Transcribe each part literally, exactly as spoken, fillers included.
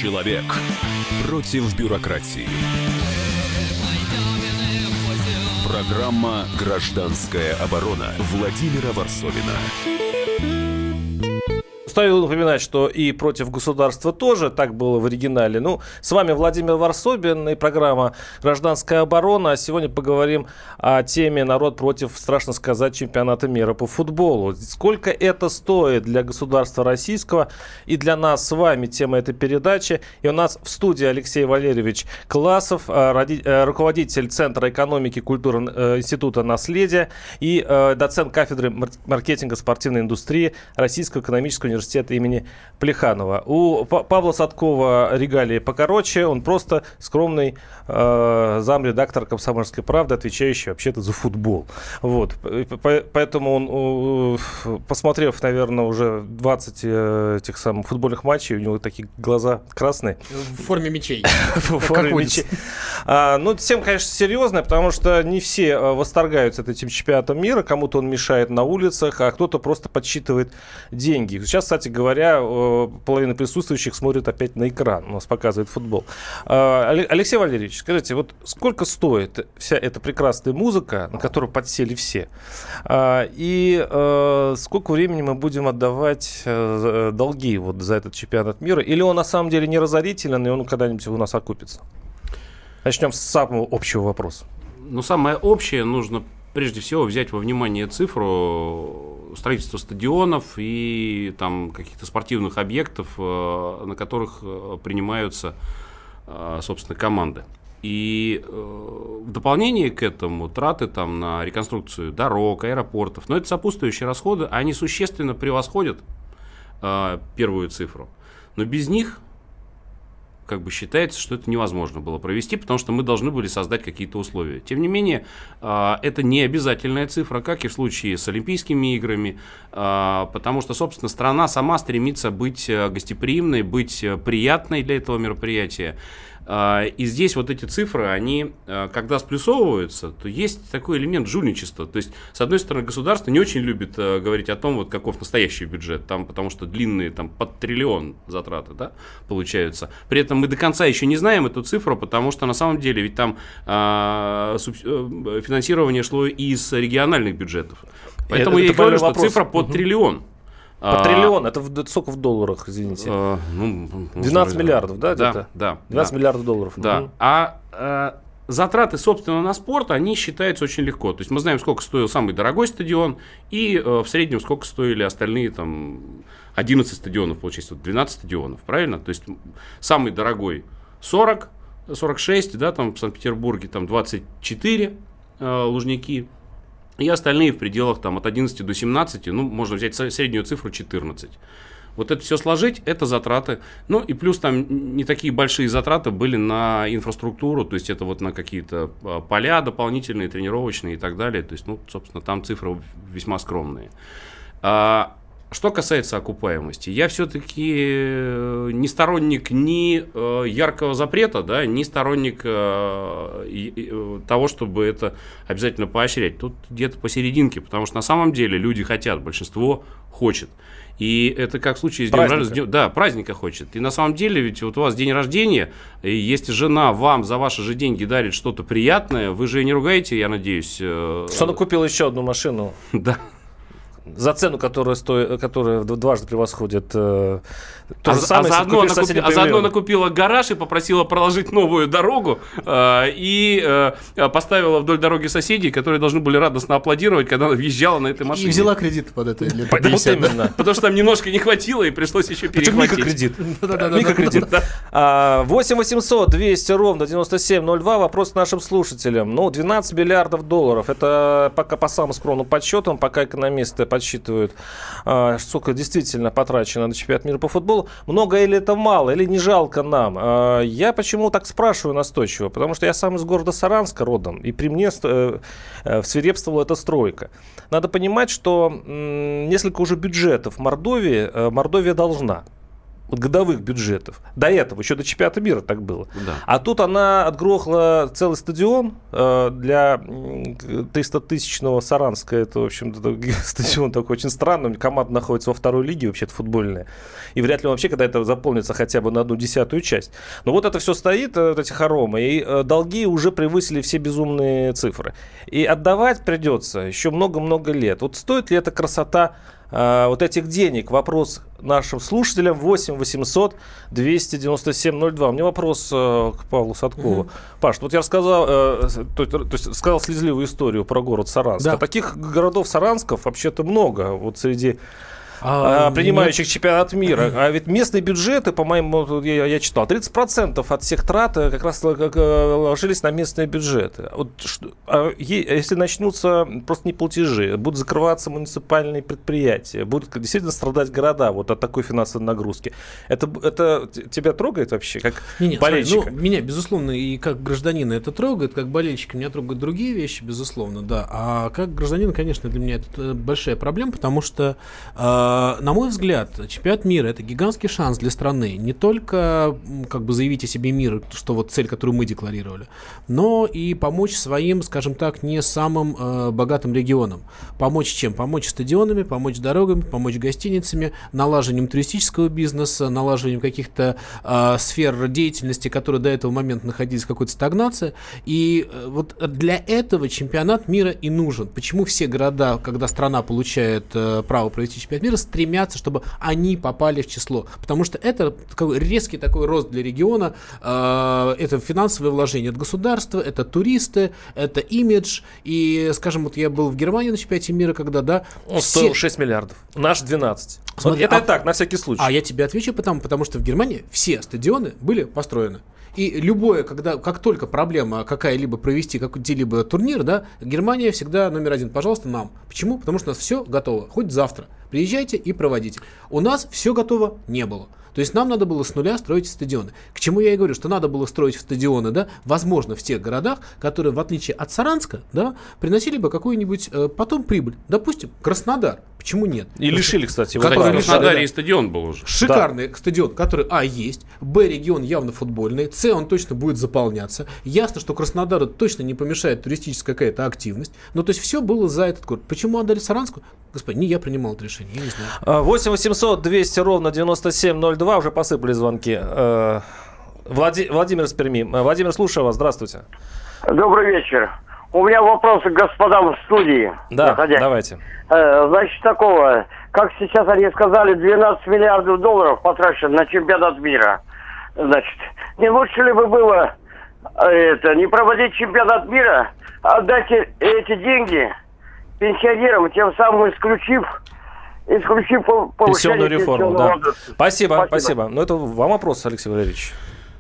Человек против бюрократии. Программа «Гражданская оборона» Владимира Варсовина. Стою напоминать, что и против государства тоже, так было в оригинале. Ну, с вами Владимир Варсобин и программа «Гражданская оборона». А сегодня поговорим о теме «Народ против, страшно сказать, чемпионата мира по футболу». Сколько это стоит для государства российского и для нас с вами, тема этой передачи. И у нас в студии Алексей Валерьевич Класов, руководитель Центра экономики и культуры Института наследия и доцент кафедры маркетинга спортивной индустрии Российского экономического университета имени Плеханова. У Павла Садкова регалии покороче, он просто скромный э, замредактор «Комсомольской правды», отвечающий вообще-то за футбол. Вот. Поэтому он, э, посмотрев, наверное, уже двадцать э, этих самых футбольных матчей, у него такие глаза красные. В форме мечей. В форме мечей. Ну, тема, конечно, серьезная, потому что не все восторгаются этим чемпионатом мира, кому-то он мешает на улицах, а кто-то просто подсчитывает деньги. Сейчас, кстати говоря, половина присутствующих смотрит опять на экран, у нас показывает футбол. Алексей Валерьевич, скажите, вот сколько стоит вся эта прекрасная музыка, на которую подсели все, и сколько времени мы будем отдавать долги вот за этот чемпионат мира, или он на самом деле не разорителен, и он когда-нибудь у нас окупится? Начнем с самого общего вопроса. Ну, самое общее нужно прежде всего взять во внимание цифру строительства стадионов и там каких-то спортивных объектов, на которых принимаются, собственно, команды. И в дополнение к этому траты там на реконструкцию дорог, аэропортов, но это сопутствующие расходы, они существенно превосходят первую цифру. Но без них как бы считается, что это невозможно было провести, потому что мы должны были создать какие-то условия. Тем не менее, это не обязательная цифра, как и в случае с Олимпийскими играми, потому что, собственно, страна сама стремится быть гостеприимной, быть приятной для этого мероприятия. И здесь вот эти цифры, они, когда сплюсовываются, то есть такой элемент жульничества. То есть, с одной стороны, государство не очень любит говорить о том, вот каков настоящий бюджет, там, потому что длинные, там, под триллион затраты, да, получаются. При этом мы до конца еще не знаем эту цифру, потому что на самом деле ведь там а, суб, финансирование шло из региональных бюджетов. Поэтому это, я и говорю, что вопрос. Цифра под угу. триллион. По а, триллион, это в, сколько в долларах, извините? А, ну, двенадцать миллиардов, да, да, где-то? Да, двенадцать да. миллиардов долларов. Да, угу. а, а затраты, собственно, на спорт, они считаются очень легко. То есть мы знаем, сколько стоил самый дорогой стадион, и а, в среднем сколько стоили остальные, там, одиннадцать стадионов, получается, двенадцать стадионов, правильно? То есть самый дорогой сорок, сорок шесть, да, там в Санкт-Петербурге, там двадцать четыре а, Лужники. И остальные в пределах там, от одиннадцати до семнадцати, ну, можно взять среднюю цифру четырнадцать. Вот это все сложить, это затраты. Ну, и плюс там не такие большие затраты были на инфраструктуру, то есть это вот на какие-то поля дополнительные, тренировочные и так далее. То есть, ну, собственно, там цифры весьма скромные. А, что касается окупаемости, я все-таки не сторонник ни яркого запрета, да, ни сторонник того, чтобы это обязательно поощрять. Тут где-то посерединке, потому что на самом деле люди хотят, большинство хочет. И это как в случае с днем рождения. Да, праздника хочет. И на самом деле, ведь вот у вас день рождения, и если жена вам за ваши же деньги дарит что-то приятное, вы же не ругаете, я надеюсь. Что она купила еще одну машину. Да. За цену, которая, стоит, которая дважды превосходит э, то а, же самое, а, заодно накупи, а заодно накупила гараж и попросила проложить новую дорогу э, и э, поставила вдоль дороги соседей, которые должны были радостно аплодировать, когда она въезжала на этой машине. И взяла кредит под это. Вот именно. Потому что там немножко не хватило и пришлось еще перехватить. Микрокредит. Микрокредит. восемь восемьсот двести ровно девяносто семь ноль два. Вопрос к нашим слушателям. Ну, двенадцать миллиардов долларов. Это пока по самым скромным подсчетам, пока экономисты подсчитывают, сколько действительно потрачено на чемпионат мира по футболу. Много или это мало, или не жалко нам? Я почему так спрашиваю настойчиво? Потому что я сам из города Саранска родом, и при мне свирепствовала эта стройка. Надо понимать, что несколько уже бюджетов Мордовии Мордовия должна. вот годовых бюджетов. До этого, еще до чемпионата мира так было. Да. А тут она отгрохла целый стадион э, для тристатысячного Саранска. Это, в общем-то, стадион такой очень странный. Команда находится во второй лиге, вообще-то футбольная. И вряд ли вообще когда-то заполнится хотя бы на одну десятую часть. Но вот это все стоит, вот эти хоромы, и э, долги уже превысили все безумные цифры. И отдавать придется еще много-много лет. Вот стоит ли эта красота э, вот этих денег? Вопрос нашим слушателям. Восемь восемьсот двести девяносто семь ноль два. У меня вопрос э, к Павлу Садкову. Mm-hmm. Паш, вот я рассказал, э, то, то есть сказал слезливую историю про город Саранск. Да. А таких городов Сарансков вообще-то много. Вот среди А, принимающих нет. чемпионат мира. А ведь местные бюджеты, по-моему, я, я читал, тридцать процентов от всех трат как раз ложились на местные бюджеты. Вот, что, а если начнутся просто не платежи, будут закрываться муниципальные предприятия, будут действительно страдать города вот от такой финансовой нагрузки. Это, это тебя трогает вообще, как не, не, болельщика? Смотри, ну, меня, безусловно, и как гражданина это трогает, как болельщика меня трогают другие вещи, безусловно, да. А как гражданин, конечно, для меня это большая проблема, потому что на мой взгляд, чемпионат мира — это гигантский шанс для страны. Не только как бы заявить о себе мир, что вот цель, которую мы декларировали, но и помочь своим, скажем так, не самым э, богатым регионам. Помочь чем? Помочь стадионами, помочь дорогами, помочь гостиницами, налаживанием туристического бизнеса, налаживанием каких-то э, сфер деятельности, которые до этого момента находились в какой-то стагнации. И э, вот для этого чемпионат мира и нужен. Почему все города, когда страна получает э, право провести чемпионат мира, стремятся, чтобы они попали в число. Потому что это такой резкий такой рост для региона. Э, это финансовые вложения от государства, это туристы, это имидж. И, скажем, вот я был в Германии на чемпионате мира, когда, да... Он все... стоил шесть миллиардов. Наш двенадцать. Смотри, вот это а... так, на всякий случай. А я тебе отвечу потому, потому что в Германии все стадионы были построены. И любое, когда, как только проблема какая-либо провести какой-либо турнир, да, Германия всегда номер один, пожалуйста, нам. Почему? Потому что у нас все готово, хоть завтра. Приезжайте и проводите. У нас все готово не было. То есть нам надо было с нуля строить стадионы. К чему я и говорю, что надо было строить стадионы, да, возможно, в тех городах, которые, в отличие от Саранска, да, приносили бы какую-нибудь э, потом прибыль. Допустим, Краснодар. Почему нет? И лишили, кстати, его. В Краснодаре да, и стадион был уже. Шикарный да. стадион, который, а, есть, б, регион явно футбольный, с, он точно будет заполняться. Ясно, что Краснодару точно не помешает туристическая какая-то активность. Но то есть все было за этот город. Почему отдали Саранску? Господи, не я принимал это решение, я не знаю. восемь восемьсот двести ровно девяносто семь ноль два, уже посыпали звонки. Влади... Владимир из Перми. Владимир, слушаю вас, здравствуйте. Добрый вечер. У меня вопросы к господам в студии. Да, находясь. давайте. Значит, такого, как сейчас они сказали, двенадцать миллиардов долларов потрачено на чемпионат мира. Значит, не лучше ли бы было это, не проводить чемпионат мира, отдать эти деньги пенсионерам, тем самым исключив, исключив пенсионную реформу. Да. Спасибо, спасибо, спасибо. Ну, это вам вопрос, Алексей Валерьевич.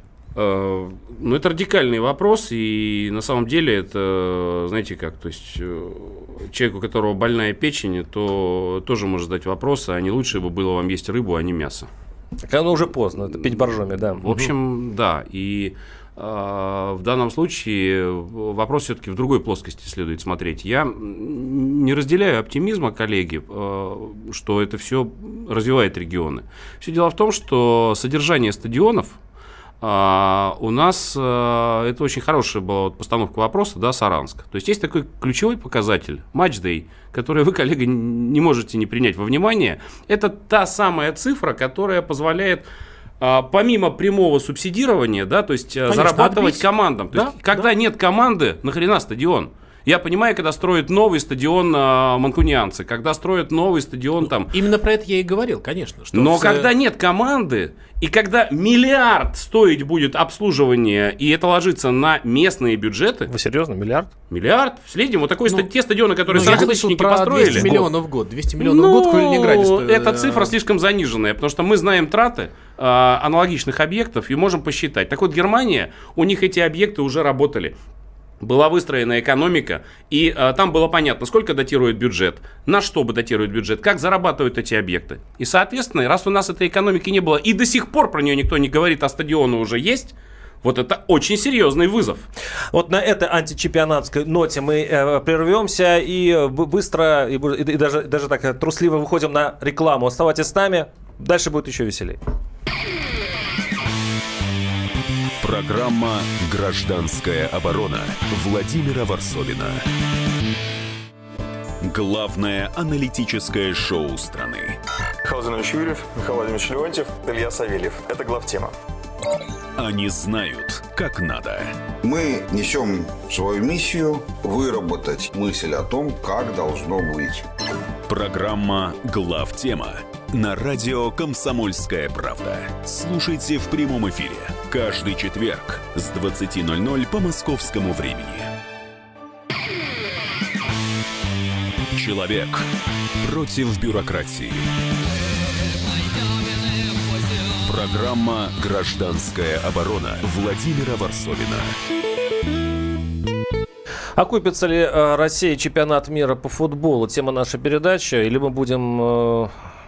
Ну, это радикальный вопрос, и на самом деле это, знаете как, то есть человек, у которого больная печень, то тоже может задать вопрос, а не лучше бы было вам есть рыбу, а не мясо. Так оно уже поздно, это пить боржоми, да. В общем, да, и э, в данном случае вопрос все-таки в другой плоскости следует смотреть. Я не разделяю оптимизма коллеги, э, что это все развивает регионы. Все дело в том, что содержание стадионов, Uh, у нас uh, это очень хорошая была вот постановка вопроса, да, Саранск. То есть есть такой ключевой показатель, матч-дэй, который вы, коллега, не можете не принять во внимание. Это та самая цифра, которая позволяет, uh, помимо прямого субсидирования, да, то есть Конечно, зарабатывать отбить. командам. То да? есть, когда да. нет команды, нахрена стадион? Я понимаю, когда строят новый стадион э, манкунианцы, когда строят новый стадион там... Именно про это я и говорил, конечно. Что Но все... когда нет команды, и когда миллиард стоить будет обслуживание, и это ложится на местные бюджеты... Вы серьезно, миллиард? Миллиард. Следим. Вот такой ну, те стадионы, которые ну, сорокатысячники построили. двести миллионов в год. двести миллионов ну, в год в Калининграде стоит. Эта цифра слишком заниженная, потому что мы знаем траты э, аналогичных объектов и можем посчитать. Так вот, Германия, у них эти объекты уже работали. Была выстроена экономика, и а, там было понятно, сколько датирует бюджет, на что бы датирует бюджет, как зарабатывают эти объекты. И, соответственно, раз у нас этой экономики не было, и до сих пор про нее никто не говорит, а стадионы уже есть, вот это очень серьезный вызов. Вот на этой античемпионатской ноте мы э, прервемся и быстро, и, и, и даже, даже так трусливо выходим на рекламу. Оставайтесь с нами, дальше будет еще веселее. Программа «Гражданская оборона» Владимира Варсовина. Главное аналитическое шоу страны. Михаил Владимирович Юрьев, Михаил Владимирович Леонтьев, Илья Савельев. Это главтема. Они знают, как надо. Мы несем свою миссию выработать мысль о том, как должно быть. Программа «Главтема» на радио «Комсомольская правда». Слушайте в прямом эфире каждый четверг с двадцати ноль-ноль по московскому времени. Человек против бюрократии. Программа «Гражданская оборона» Владимира Варсовина. Окупится ли э, Россия чемпионат мира по футболу? Тема нашей передачи. Или мы будем... Э,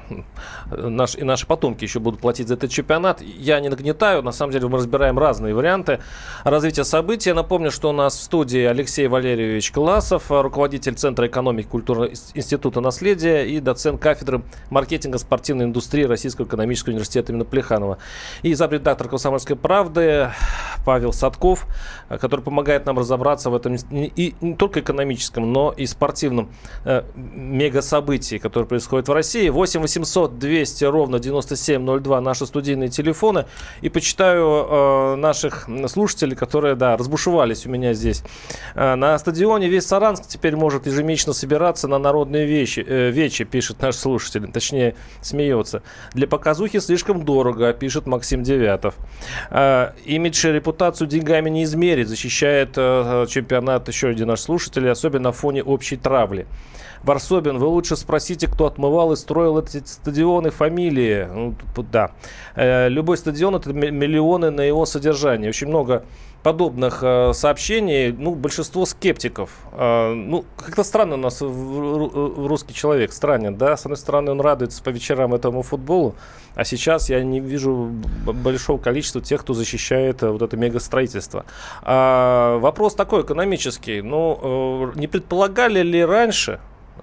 наш, и наши потомки еще будут платить за этот чемпионат. Я не нагнетаю. На самом деле мы разбираем разные варианты развития событий. Я напомню, что у нас в студии Алексей Валерьевич Классов, руководитель Центра экономики и культурного института наследия и доцент кафедры маркетинга спортивной индустрии Российского экономического университета имени Плеханова. И замредактор «Комсомольской правды» Павел Садков, который помогает нам разобраться в этом и не только экономическом, но и спортивном э, мегасобытии, которое происходит в России. восемь восемьсот двести ровно девяносто семь ноль два наши студийные телефоны. И почитаю э, наших слушателей, которые, да, разбушевались у меня здесь. Э, на стадионе весь Саранск теперь может ежемесячно собираться на народные вещи, э, вечи, пишет наш слушатель, точнее смеется. Для показухи слишком дорого, пишет Максим Девятов. Э, имидж и репутацию деньгами не измерить, защищает э, чемпионат еще один наш слушатель, особенно на фоне общей травли. Варсобин, вы лучше спросите, кто отмывал и строил эти стадионы, фамилии. Ну, да. Э, любой стадион — это миллионы на его содержание. Очень много подобных э, сообщений. Ну, большинство скептиков. Э, ну, как-то странно у нас в, в, русский человек. Странен, да? С одной стороны, он радуется по вечерам этому футболу, а сейчас я не вижу большого количества тех, кто защищает э, вот это мегастроительство. А, вопрос такой экономический. Ну, э, не предполагали ли раньше,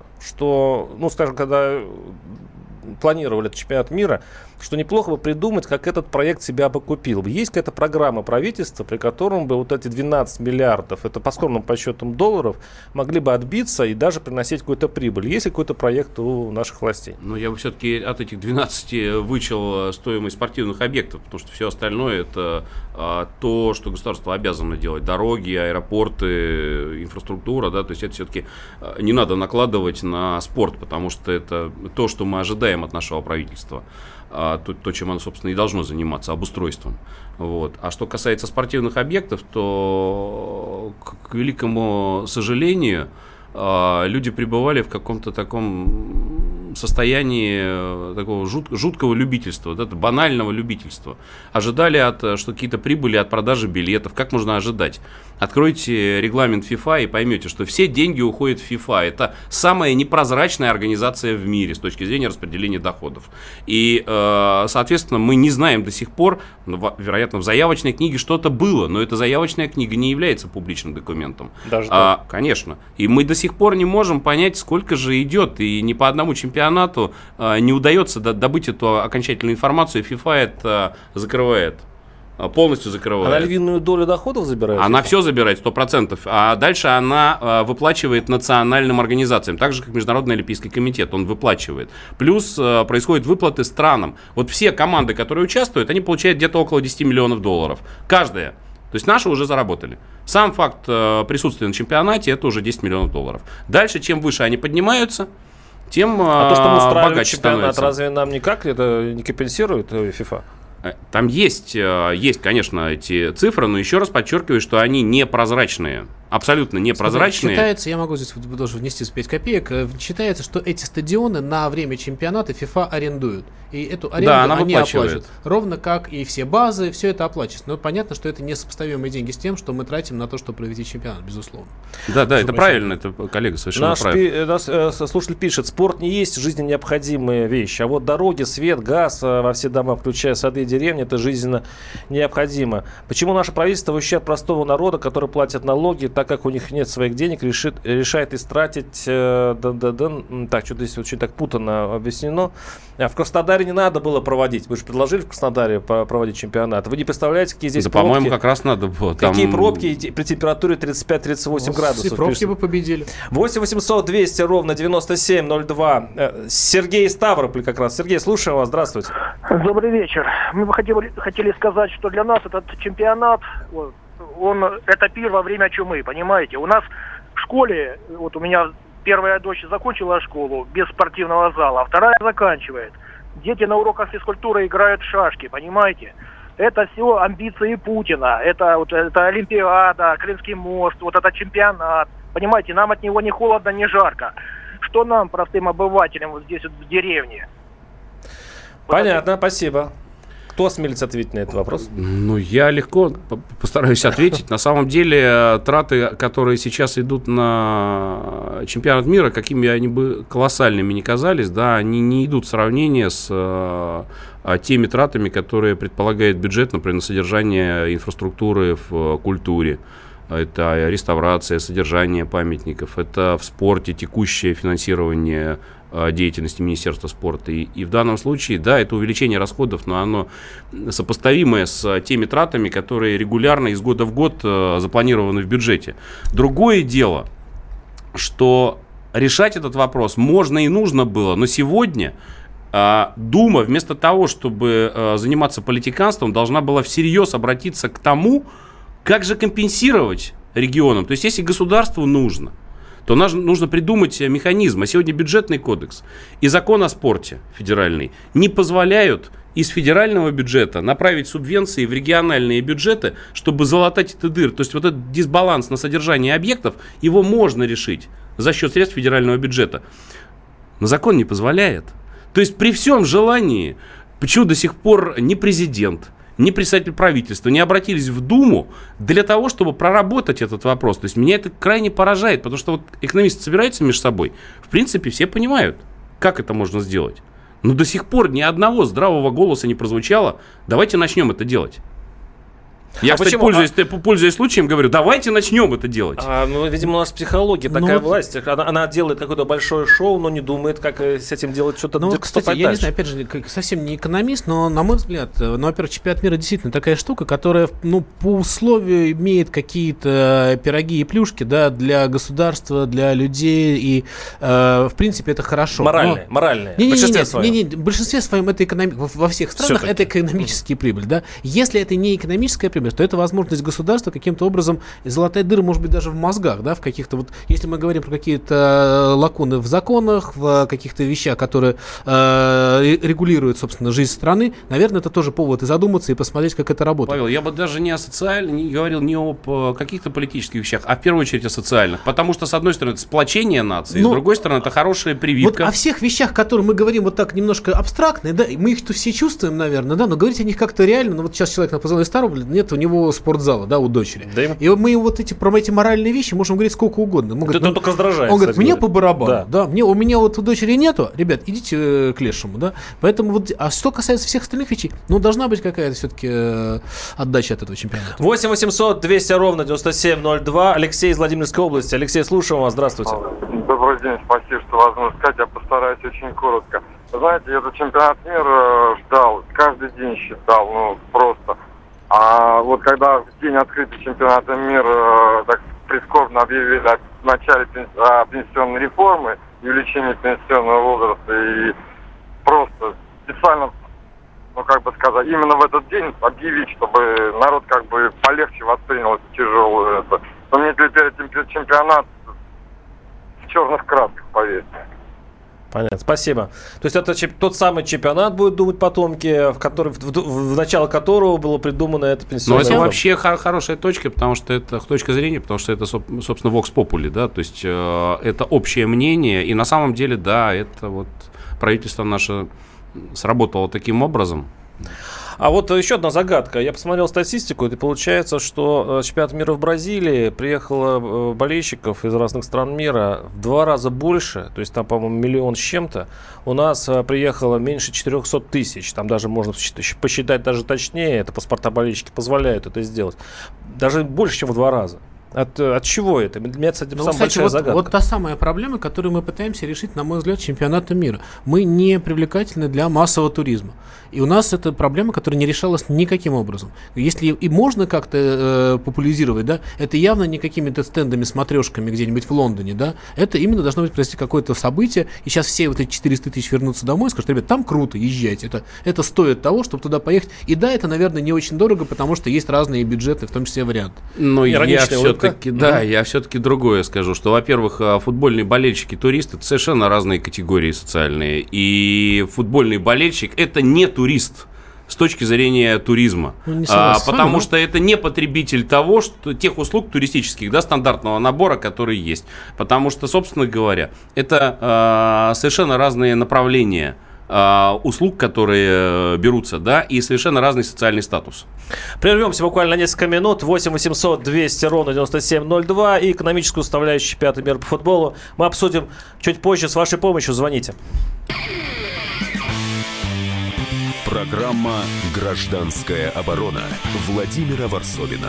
что, ну, скажем, когда планировали этот чемпионат мира, что неплохо бы придумать, как этот проект себя бы купил. Есть какая-то программа правительства, при котором бы вот эти двенадцать миллиардов, это по скромным подсчетам долларов, могли бы отбиться и даже приносить какую-то прибыль. Есть ли какой-то проект у наших властей? Ну, я бы все-таки от этих двенадцати вычел стоимость спортивных объектов, потому что все остальное — это а, то, что государство обязано делать. Дороги, аэропорты, инфраструктура, да, то есть это все-таки а, не надо накладывать на спорт, потому что это то, что мы ожидаем от нашего правительства. А, то, то, чем оно, собственно, и должно заниматься, обустройством. Вот. А что касается спортивных объектов, то, к, к великому сожалению, а, люди пребывали в каком-то таком состоянии такого жут, жуткого любительства, вот это банального любительства. Ожидали, от, что какие-то прибыли от продажи билетов. Как можно ожидать? Откройте регламент FIFA и поймете, что все деньги уходят в FIFA. Это самая непрозрачная организация в мире с точки зрения распределения доходов. И, соответственно, мы не знаем до сих пор, вероятно, в заявочной книге что-то было, но эта заявочная книга не является публичным документом. Даже а, так? Конечно. И мы до сих пор не можем понять, сколько же идет. И ни по одному чемпионату а, не удается добыть эту окончательную информацию. FIFA это закрывает. Полностью закрывает. Она львиную долю доходов забирает? Она все забирает, сто процентов. А дальше она а, выплачивает национальным организациям, так же, как Международный Олимпийский комитет, он выплачивает. Плюс а, происходят выплаты странам. Вот все команды, которые участвуют, они получают где-то около десять миллионов долларов. Каждая. То есть наши уже заработали. Сам факт а, присутствия на чемпионате — это уже десять миллионов долларов. Дальше, чем выше они поднимаются, тем а, а то, что мы устраиваем богаче чемпионат, становится. Разве нам никак это не компенсирует FIFA? Там есть, есть, конечно, эти цифры, но еще раз подчеркиваю, что они непрозрачные. Абсолютно непрозрачные. Считается, я могу здесь тоже внести пять копеек, считается, что эти стадионы на время чемпионата FIFA арендует. И эту аренду да, она они выплачивает. оплачивают. Ровно как и все базы, все это оплачивается. Но понятно, что это несопоставимые деньги с тем, что мы тратим на то, чтобы провести чемпионат, безусловно. Да, да, это правильно, это коллега совершенно Наш прав. пи- наш, э, слушатель пишет: спорт не есть жизненно необходимая вещь, а вот дороги, свет, газ э, во все дома, включая сады и деревне это жизненно необходимо. Почему наше правительство в ущерб простого народа, который платит налоги, так как у них нет своих денег, решит, решает истратить... Э, да, да, да, так, что-то здесь очень так путанно объяснено. А в Краснодаре не надо было проводить. Вы же предложили в Краснодаре проводить чемпионат. Вы не представляете, какие здесь да, пробки? По-моему, как раз надо было. Какие Там... пробки при температуре тридцать пять тридцать восемь градусов. И пробки бы победили. восемь восемьсот двести ровно девяносто семь ноль два. Сергей Ставрополь как раз. Сергей, слушаем вас. Здравствуйте. Добрый вечер. Мы бы хотели, хотели сказать, что для нас этот чемпионат, он, это пир во время чумы, понимаете? У нас в школе, вот у меня первая дочь закончила школу без спортивного зала, а вторая заканчивает. Дети на уроках физкультуры играют в шашки, понимаете? Это все амбиции Путина. Это, вот, это Олимпиада, Крымский мост, вот это чемпионат. Понимаете, нам от него ни холодно, ни жарко. Что нам, простым обывателям, вот здесь вот в деревне? Понятно, спасибо. Кто осмелится ответить на этот вопрос? Ну, я легко постараюсь ответить. На самом деле, траты, которые сейчас идут на чемпионат мира, какими они бы колоссальными ни казались, да, они не идут в сравнение с а, теми тратами, которые предполагает бюджет, например, на содержание инфраструктуры в культуре. Это реставрация, содержание памятников, это в спорте текущее финансирование деятельности Министерства спорта. И, и в данном случае, да, это увеличение расходов, но оно сопоставимое с теми тратами, которые регулярно из года в год э, запланированы в бюджете. Другое дело, что решать этот вопрос можно и нужно было, но сегодня э, Дума вместо того, чтобы э, заниматься политиканством, должна была всерьез обратиться к тому, как же компенсировать регионам. То есть, если государству нужно, то нужно придумать механизм. А сегодня бюджетный кодекс и закон о спорте федеральный не позволяют из федерального бюджета направить субвенции в региональные бюджеты, чтобы залатать эти дыры. То есть вот этот дисбаланс на содержание объектов, его можно решить за счет средств федерального бюджета. Но закон не позволяет. То есть при всем желании, почему до сих пор ни президент, ни представитель правительства не обратились в Думу для того, чтобы проработать этот вопрос. То есть меня это крайне поражает, потому что вот экономисты собираются между собой, в принципе, все понимают, как это можно сделать. Но до сих пор ни одного здравого голоса не прозвучало. Давайте начнем это делать. Я, а кстати, почему? Пользуясь, а... пользуясь случаем, говорю, давайте начнем это делать. А, ну, видимо, у нас психология такая, ну, власть. Она, она делает какое-то большое шоу, но не думает, как с этим делать что-то. Ну, кстати, я дальше. не знаю, опять же, совсем не экономист, но, на мой взгляд, ну, во-первых, чемпионат мира действительно такая штука, которая, ну, по условию имеет какие-то пироги и плюшки, да, для государства, для людей, и, э, в принципе, это хорошо. Моральные, но... моральные. Не, не, в большинстве своем. Не, не, в большинстве своем это экономи... во всех странах Все-таки. это экономические прибыль, да. Если это не экономическая прибыль, то это возможность государства каким-то образом залатать дыры, может быть, даже в мозгах, да, в каких-то вот, если мы говорим про какие-то лакуны в законах, в каких-то вещах, которые э, регулируют, собственно, жизнь страны, наверное, это тоже повод и задуматься, и посмотреть, как это работает. Павел, я бы даже не о социальных, не говорил не об каких-то политических вещах, а в первую очередь о социальных, потому что, с одной стороны, это сплочение нации, но, с другой стороны, это хорошая прививка. Вот о всех вещах, которые мы говорим вот так немножко абстрактные, да, мы их-то все чувствуем, наверное, да, но говорить о них как-то реально, ну вот сейчас человек на позвонил из Ставрополя, нет у него спортзала, да, у дочери. Да им... И мы вот эти, про эти моральные вещи можем говорить сколько угодно. Мы, это говорит, только раздражает. Он говорит, мне по барабану, да. Да, мне, у меня вот у дочери нету, ребят, идите э, к лешему, да. Поэтому вот, а что касается всех остальных вещей, ну, должна быть какая-то все-таки э, отдача от этого чемпионата. восемь восемьсот двести ровно девяносто семь ноль два. Алексей из Владимирской области. Алексей, слушаем вас, здравствуйте. Добрый день, спасибо, что возможно сказать, я постараюсь очень коротко. Вы знаете, этот чемпионат мира ждал, каждый день считал, ну, просто. А вот когда в день открытия чемпионата мира так прискорбно объявили о начале о пенсионной реформы и увеличении пенсионного возраста, и просто специально, ну как бы сказать, именно в этот день объявить, чтобы народ как бы полегче воспринял эту тяжелую, это, то мне теперь чемпионат в черных красках, поверьте. Понятно, спасибо. То есть это чемп... тот самый чемпионат, будут думать потомки, в, который, в, в, в начало которого было придумано это пенсионное. Ну, это вообще хор- хорошая точка, потому что это точка зрения, потому что это, собственно, vox populi, да, то есть э, это общее мнение, и на самом деле, да, это вот правительство наше сработало таким образом. А вот еще одна загадка. Я посмотрел статистику, и получается, что чемпионат мира в Бразилии приехало болельщиков из разных стран мира в два раза больше, то есть там, по-моему, миллион с чем-то. У нас приехало меньше четыреста тысяч, там даже можно посчитать даже точнее, это паспорта болельщики позволяют это сделать. Даже больше, чем в два раза. От, от чего это? Для меня это, кстати, ну, самая кстати, большая вот, загадка. Вот та самая проблема, которую мы пытаемся решить, на мой взгляд, чемпионата мира. Мы не привлекательны для массового туризма. И у нас это проблема, которая не решалась никаким образом. Если и можно как-то э, популяризировать, да, это явно не какими-то стендами, смотрешками где-нибудь в Лондоне, да, это именно должно быть произойти какое-то событие, и сейчас все вот эти четыреста тысяч вернутся домой и скажут: ребят, там круто, езжайте, это, это стоит того, чтобы туда поехать. И да, это, наверное, не очень дорого, потому что есть разные бюджеты, в том числе варианты. Но я все-таки, да, mm-hmm. я все-таки другое скажу, что, во-первых, футбольные болельщики, туристы — это совершенно разные категории социальные, и футбольный болельщик — это не турист с точки зрения туризма, ну, а, потому что это не потребитель того, что, тех услуг туристических, да, стандартного набора, которые есть, потому что, собственно говоря, это а, совершенно разные направления услуг, которые берутся, да, и совершенно разный социальный статус. Прервемся буквально на несколько минут. восемь восемьсот двести ровно девяносто семь ноль два и экономическую составляющую чемпионата мира по футболу мы обсудим чуть позже. С вашей помощью звоните. Программа «Гражданская оборона» Владимира Варсобина.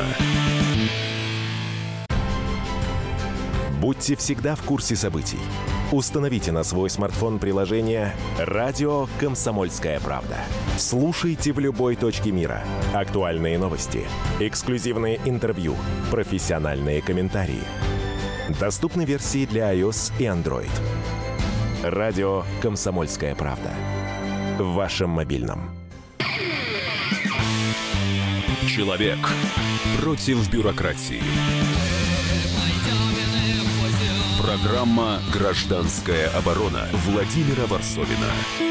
Будьте всегда в курсе событий. Установите на свой смартфон приложение «Радио Комсомольская правда». Слушайте в любой точке мира. Актуальные новости, эксклюзивные интервью, профессиональные комментарии. Доступны версии для iOS и Android. «Радио Комсомольская правда». В вашем мобильном. Человек против бюрократии. Программа «Гражданская оборона» Владимира Варсобина.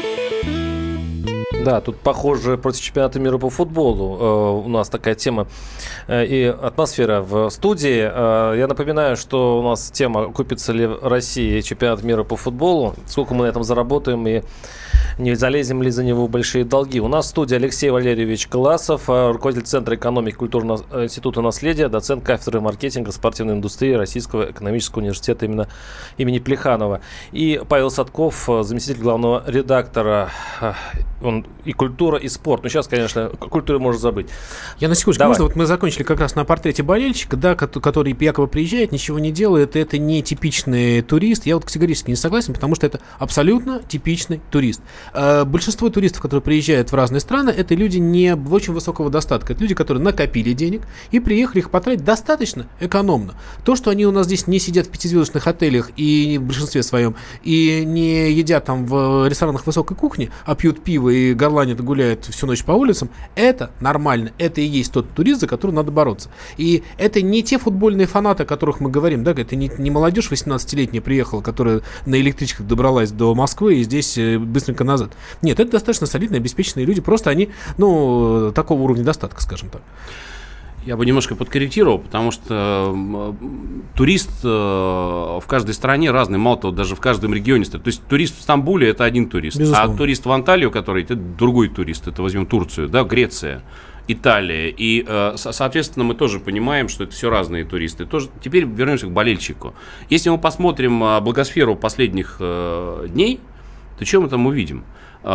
Да, тут, похоже, против чемпионата мира по футболу э, у нас такая тема э, и атмосфера в студии. Э, я напоминаю, что у нас тема «Окупится ли Россия чемпионат мира по футболу?», сколько мы на этом заработаем и не залезем ли за него в большие долги. У нас в студии Алексей Валерьевич Классов, руководитель Центра экономики Культурного института наследия, доцент кафедры маркетинга спортивной индустрии Российского экономического университета именно, имени Плеханова. И Павел Садков, заместитель главного редактора, он и культура, и спорт. Ну, сейчас, конечно, культуру можно забыть. Я на секундочку, можно? Вот мы закончили как раз на портрете болельщика, да, который якобы приезжает, ничего не делает, это не типичный турист. Я вот категорически не согласен, потому что это абсолютно типичный турист. Большинство туристов, которые приезжают в разные страны, это люди не очень высокого достатка. Это люди, которые накопили денег и приехали их потратить достаточно экономно. То, что они у нас здесь не сидят в пятизвездочных отелях и в большинстве своем, и не едят там в ресторанах высокой кухни, а пьют пиво и горланят и гуляют всю ночь по улицам, это нормально. Это и есть тот турист, за который надо бороться. И это не те футбольные фанаты, о которых мы говорим, да, это не, не молодежь восемнадцатилетняя приехала, которая на электричках добралась до Москвы и здесь быстренько назад. Нет, это достаточно солидные, обеспеченные люди, просто они, ну, такого уровня достатка, скажем так. Я бы немножко подкорректировал, потому что э, турист э, в каждой стране разный, мало того, даже в каждом регионе. То есть турист в Стамбуле — это один турист, безусловно. А турист в Анталию, который — это другой турист, это возьмем Турцию, да, Греция, Италия. И, э, соответственно, мы тоже понимаем, что это все разные туристы. Тоже, теперь вернемся к болельщику. Если мы посмотрим э, благосферу последних э, дней, то что мы там увидим?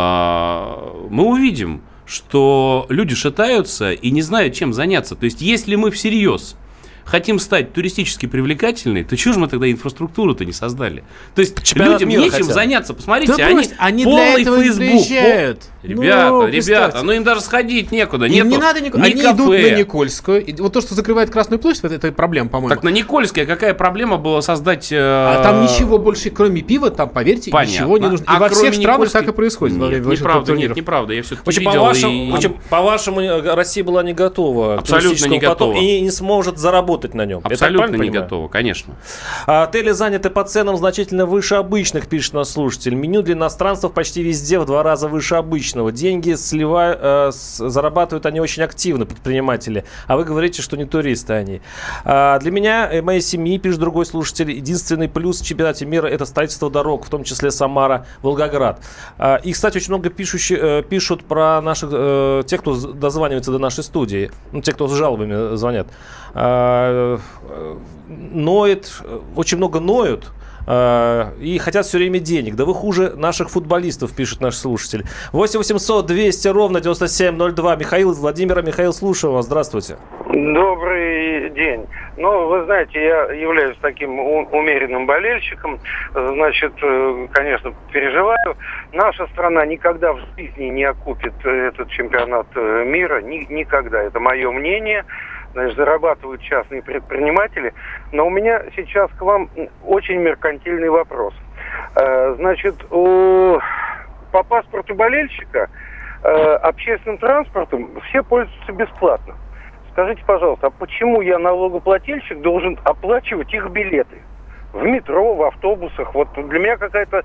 Э, мы увидим, что люди шатаются и не знают, чем заняться. То есть, если мы всерьез хотим стать туристически привлекательной, то чего же мы тогда инфраструктуру-то не создали? То есть, чемпионат людям нечем хотят. заняться. Посмотрите, да они, они полный Facebook. Ребята, ну, ребята, ну им даже сходить некуда. Им Нету, не надо никуда. Ни они кафе. Идут на Никольскую. И вот то, что закрывает Красную площадь, это, это проблема, по-моему. Так на Никольской какая проблема была создать... Э... А там ничего больше, кроме пива, там, поверьте, Понятно. ничего не нужно. И а во всех странах Никольской... так и происходит. Нет, неправда, нет, неправда. Я все-таки очень видел. По-вашему, и... очень, по-вашему, Россия была не готова. Абсолютно не готова. И не сможет заработать работать на нем. Абсолютно не готовы, конечно. А, отели заняты по ценам значительно выше обычных, пишет наш слушатель. Меню для иностранцев почти везде в два раза выше обычного. Деньги сливают, э, с, зарабатывают они очень активно, предприниматели. А вы говорите, что не туристы они. А, для меня и моей семьи, пишет другой слушатель, единственный плюс в чемпионате мира — это строительство дорог, в том числе Самара, Волгоград. А, и, кстати, очень много пишущих, э, пишут про наших, э, тех, кто дозванивается до нашей студии, ну, те, кто с жалобами звонят. А, э, ноет, очень много ноют. И хотят все время денег. Да вы хуже наших футболистов, пишет наш слушатель. восемь восемьсот двести ровно девяносто семь ноль два. Михаил из Владимира. Михаил, слушаю вас. Здравствуйте. Добрый день. Ну, вы знаете, я являюсь таким умеренным болельщиком. Значит, конечно, переживаю. Наша страна никогда в жизни не окупит этот чемпионат мира. Ни, никогда. Это мое мнение. Значит, зарабатывают частные предприниматели. Но у меня сейчас к вам очень меркантильный вопрос. Значит, у, по паспорту болельщика общественным транспортом все пользуются бесплатно. Скажите, пожалуйста, а почему я, налогоплательщик, должен оплачивать их билеты? В метро, в автобусах. Вот для меня какая-то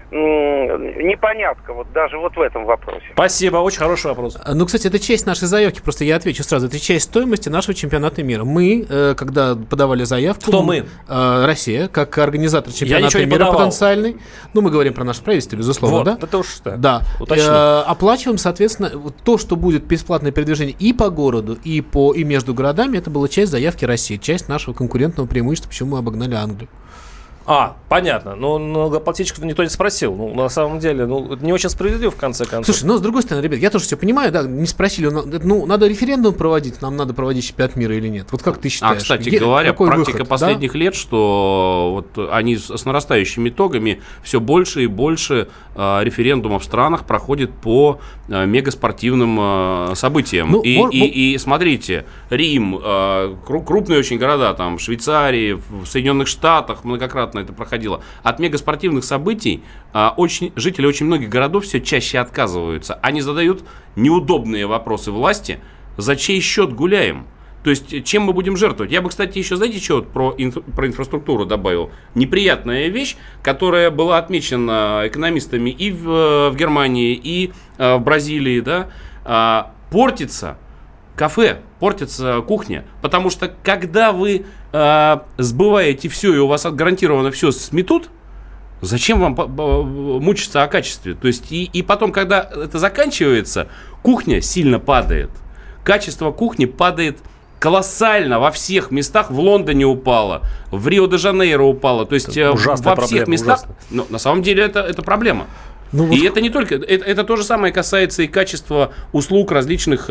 непонятка вот даже вот в этом вопросе. Спасибо, очень хороший вопрос. Ну, кстати, это часть нашей заявки, просто я отвечу сразу. Это часть стоимости нашего чемпионата мира. Мы, э, когда подавали заявку... Кто мы? Э, Россия, как организатор чемпионата мира подавал. потенциальный. Ну, мы говорим про наше правительство, безусловно, вот, да? это уж что. Да. Э, оплачиваем, соответственно, то, что будет бесплатное передвижение и по городу, и, по, и между городами, это была часть заявки России, часть нашего конкурентного преимущества, почему мы обогнали Англию. А, понятно. Но налогоплательщиков никто не спросил. Ну, на самом деле, ну, это не очень справедливо, в конце концов. Слушай, ну, с другой стороны, ребят, я тоже все понимаю, да, не спросили, ну, надо референдум проводить, нам надо проводить чемпионат мира или нет? Вот как ты считаешь? А, кстати Где, говоря, практика выход, последних да? лет, что вот они с, с нарастающими итогами все больше и больше э, референдумов в странах проходит по э, мегаспортивным э, событиям. Ну, и, мор, и, и смотрите, Рим, э, крупные очень города, там, в Швейцарии, в Соединенных Штатах многократно это проходило. От мегаспортивных событий а, очень, жители очень многих городов все чаще отказываются. Они задают неудобные вопросы власти, за чей счет гуляем. То есть, чем мы будем жертвовать? Я бы, кстати, еще, знаете, что вот про, инф, про инфраструктуру добавил? Неприятная вещь, которая была отмечена экономистами и в, в Германии, и а, в Бразилии, да, а, портится кафе, портится кухня. Потому что, когда вы э, сбываете все, и у вас гарантированно все сметут, зачем вам мучиться о качестве? То есть, и, и потом, когда это заканчивается, кухня сильно падает. Качество кухни падает колоссально во всех местах. В Лондоне упало, в Рио-де-Жанейро упало. То есть, во всех проблема, местах. ужасно. Но на самом деле это, это проблема. Ну, и вот... это не только, это, это то же самое касается и качества услуг, различных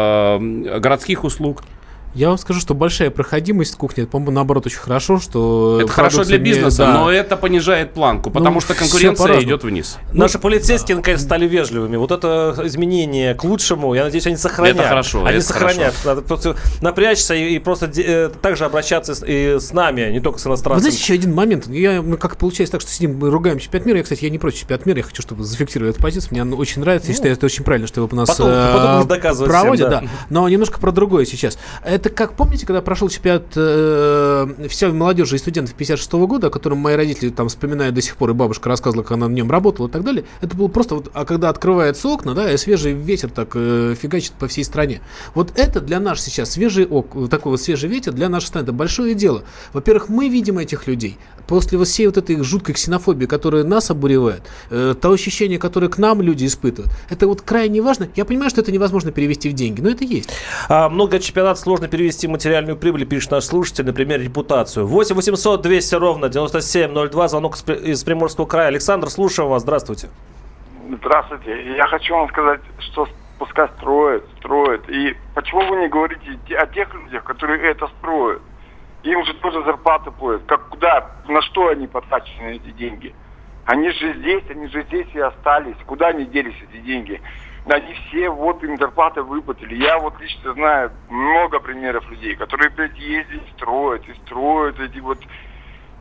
э, городских услуг. Я вам скажу, что большая проходимость кухни, это, по-моему, наоборот, очень хорошо, что... Это хорошо для бизнеса, не... да. но это понижает планку, потому ну, что конкуренция идет вниз. Наши полицейские, наконец, стали вежливыми. Вот это изменение к лучшему, я надеюсь, они сохранят. Это хорошо, Они это сохранят. хорошо. Надо просто напрячься и, и просто э, так же обращаться с, и с нами, не только с иностранцами. Вы знаете, еще один момент. Я, мы как получается так, что сидим, мы ругаем чемпионат мира. Я, кстати, я не против чемпионата мира. Я хочу, чтобы зафиксировали эту позицию. Мне она очень нравится. Ну, я считаю, это очень правильно, что его у нас потом, э, потом доказывать проводят. всем, да. Да. Но немножко про другое сейчас. Это как, помните, когда прошел чемпионат э, официальной молодежи и студентов пятьдесят шестого года, о котором мои родители там вспоминают до сих пор, и бабушка рассказывала, как она на нем работала и так далее. Это было просто вот, а когда открываются окна, да, и свежий ветер так э, фигачит по всей стране. Вот это для нас сейчас свежий ок, такой вот свежий ветер для нашей страны, это большое дело. Во-первых, мы видим этих людей. После вот всей вот этой жуткой ксенофобии, которая нас обуревает, э, то ощущение, которое к нам люди испытывают, это вот крайне важно. Я понимаю, что это невозможно перевести в деньги, но это есть. А, много чемпионатов сложно перевести в материальную прибыль, пишет наш слушатель, например, репутацию. восемь восемьсот двести ровно девяносто семь ноль два, звонок из Приморского края. Александр, слушаем вас, здравствуйте. Здравствуйте. Я хочу вам сказать, что пускай строят, строят. И почему вы не говорите о тех людях, которые это строят? Им же тоже зарплаты платят. Как, куда, на что они потрачены эти деньги? Они же здесь, они же здесь и остались. Куда они делись, эти деньги? Они все, вот им зарплаты выплатили. Я вот лично знаю много примеров людей, которые, блядь, ездят, строят и строят эти вот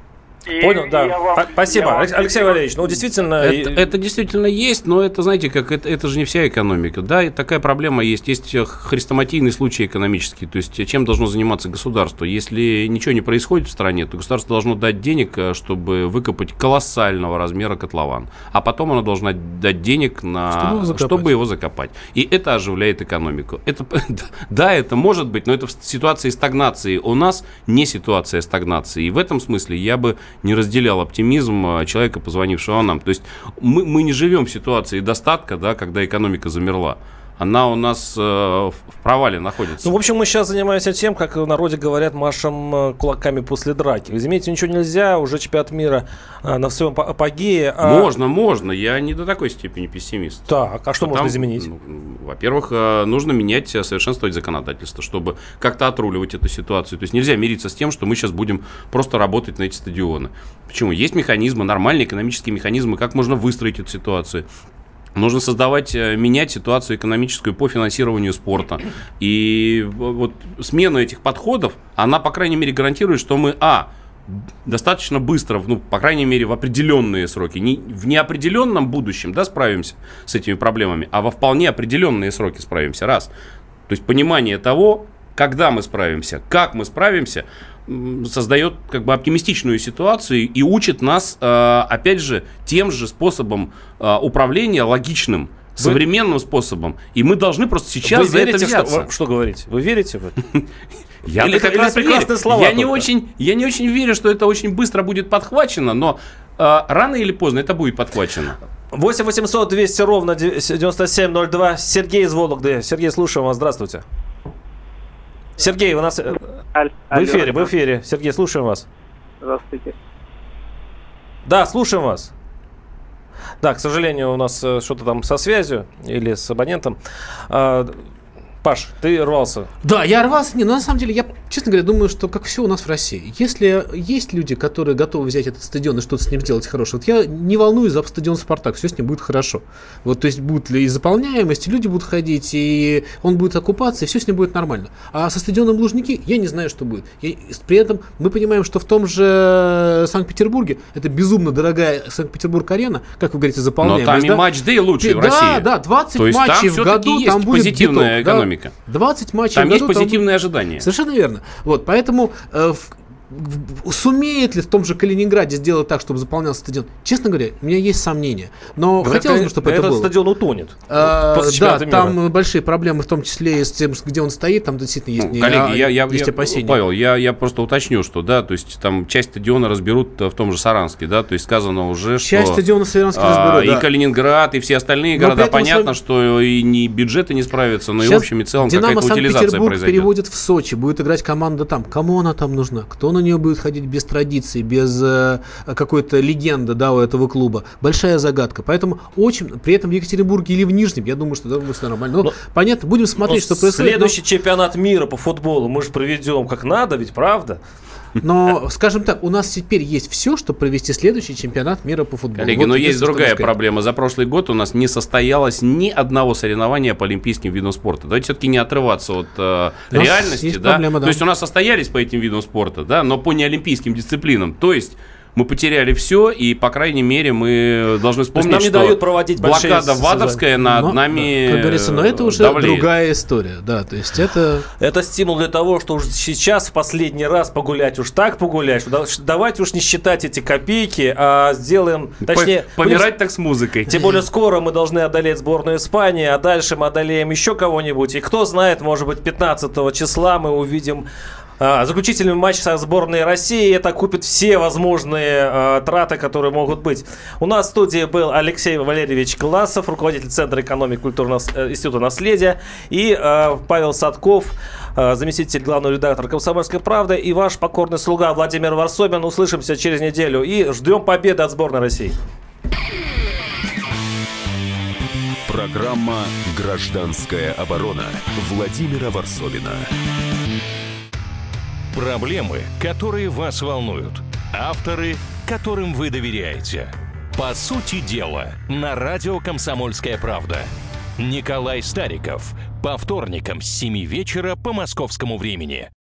И, Понял, и да. вам, Спасибо, вам... Алексей Валерьевич. Ну, действительно... Это, это действительно есть, но это, знаете, как это, это же не вся экономика. Да, и такая проблема есть. Есть хрестоматийный случай экономический. То есть, чем должно заниматься государство? Если ничего не происходит в стране, то государство должно дать денег, чтобы выкопать колоссального размера котлован. А потом оно должно дать денег, на... чтобы, его чтобы его закопать. И это оживляет экономику. Это, да, это может быть, но это в ситуации стагнации. У нас не ситуация стагнации. И в этом смысле я бы не разделял оптимизм человека, позвонившего нам. То есть мы, мы не живем в ситуации достатка, да, когда экономика замерла. Она у нас э, в провале находится. Ну, в общем, мы сейчас занимаемся тем, как в народе говорят, машем кулаками после драки. Вы заметите, ничего нельзя, уже чемпионат мира э, на своем апогее. А... Можно, можно. Я не до такой степени пессимист. Так, а что а можно там, изменить? Ну, во-первых, нужно менять, совершенствовать законодательство, чтобы как-то отруливать эту ситуацию. То есть нельзя мириться с тем, что мы сейчас будем просто работать на эти стадионы. Почему? Есть механизмы, нормальные экономические механизмы, как можно выстроить эту ситуацию. Нужно создавать, менять ситуацию экономическую по финансированию спорта. И вот смена этих подходов, она, по крайней мере, гарантирует, что мы, а, достаточно быстро, ну, по крайней мере, в определенные сроки, не, в неопределенном будущем, да, справимся с этими проблемами, а во вполне определенные сроки справимся, раз. То есть понимание того, когда мы справимся, как мы справимся, создает как бы оптимистичную ситуацию и учит нас, опять же, тем же способом управления, логичным, Вы... современным способом. И мы должны просто сейчас Вы за верите, это взяться. Что, что говорите? Вы верите в это? Я или, как или раз верю. Слова я, не очень, я не очень верю, что это очень быстро будет подхвачено, но рано или поздно это будет подхвачено. восемь восемьсот двести ровно девяносто семь ноль два. Сергей из Вологды. Сергей, слушаем вас. Здравствуйте. Сергей, у нас Аль, в эфире, в эфире. Сергей, слушаем вас. Здравствуйте. Да, слушаем вас. Да, к сожалению, у нас что-то там со связью или с абонентом. Паш, ты рвался. Да, я рвался. Не, но на самом деле, я, честно говоря, думаю, что как все у нас в России. Если есть люди, которые готовы взять этот стадион и что-то с ним сделать хорошее, вот я не волнуюсь за стадион «Спартак», все с ним будет хорошо. Вот, то есть, будет ли и заполняемость, и люди будут ходить, и он будет оккупаться, и все с ним будет нормально. А со стадионом «Лужники» я не знаю, что будет. Я, при этом мы понимаем, что в том же Санкт-Петербурге, это безумно дорогая Санкт-Петербург-арена, как вы говорите, заполняемость. Но там да? и матч-дэй лучший да, в России. Да, да, двадцать то есть матчей там в году, есть там будет позитивная биток, экономика. Да? двадцать матчей там в году. Есть позитивные там... ожидания. Совершенно верно. Вот, поэтому э, в, в, сумеет ли в том же Калининграде сделать так, чтобы заполнялся стадион? Честно говоря, у меня есть сомнения. Но Говорят, хотелось бы, чтобы это этот было. Этот стадион утонет. А, да, мира. там большие проблемы, в том числе и с тем, где он стоит, там действительно есть, ну, коллеги, не, я, я, есть я, опасения. Павел, я, я просто уточню, что да, то есть там часть стадиона разберут в том же Саранске, да, то есть сказано уже, что... Часть стадиона в Саранске а, разберут, и да. Калининград, и все остальные Но города, понятно, вами... что и не бюджеты не справятся, но Сейчас и в общем и целом Динамо какая-то утилизация Санкт-Петербург произойдет. переводит в Сочи, будет играть команда там. Кому она там нужна? Кто на нее будет ходить без традиции, без э, какой-то легенды, да, у этого клуба? Большая загадка. Поэтому очень, при этом в Екатеринбурге или в Нижнем, я думаю, что это будет нормально. Но, но, понятно, будем смотреть, что происходит. Следующий но... чемпионат мира по футболу мы же проведем как надо, ведь правда? Но, скажем так, у нас теперь есть все, чтобы провести следующий чемпионат мира по футболу. Коллеги, вот но есть другая проблема. За прошлый год у нас не состоялось ни одного соревнования по олимпийским видам спорта. Давайте все-таки не отрываться от э, реальности. Да? Проблема, да. То есть у нас состоялись по этим видам спорта, да, но по неолимпийским дисциплинам. То есть мы потеряли все, и, по крайней мере, мы должны вспомнить, нам не что дают проводить блокада ВАДовская над но, нами как говорится, но это уже давлеет. Другая история. Да, то есть это... это стимул для того, что уж сейчас в последний раз погулять, уж так погулять, что давайте уж не считать эти копейки, а сделаем... Точнее, помирать будем, так с музыкой. Тем более скоро мы должны одолеть сборную Испании, а дальше мы одолеем еще кого-нибудь. И кто знает, может быть, пятнадцатого числа мы увидим... А, заключительный матч со сборной России. Это купит все возможные а, траты, которые могут быть. У нас в студии был Алексей Валерьевич Гласов, руководитель Центра экономики культурного института наследия, и а, Павел Садков, а, заместитель главного редактора «Комсомольской правды», и ваш покорный слуга Владимир Варсобин. Услышимся через неделю и ждем победы от сборной России. Программа «Гражданская оборона» Владимира Варсобина. Проблемы, которые вас волнуют. Авторы, которым вы доверяете. По сути дела, на радио «Комсомольская правда». Николай Стариков. По вторникам с семи вечера по московскому времени.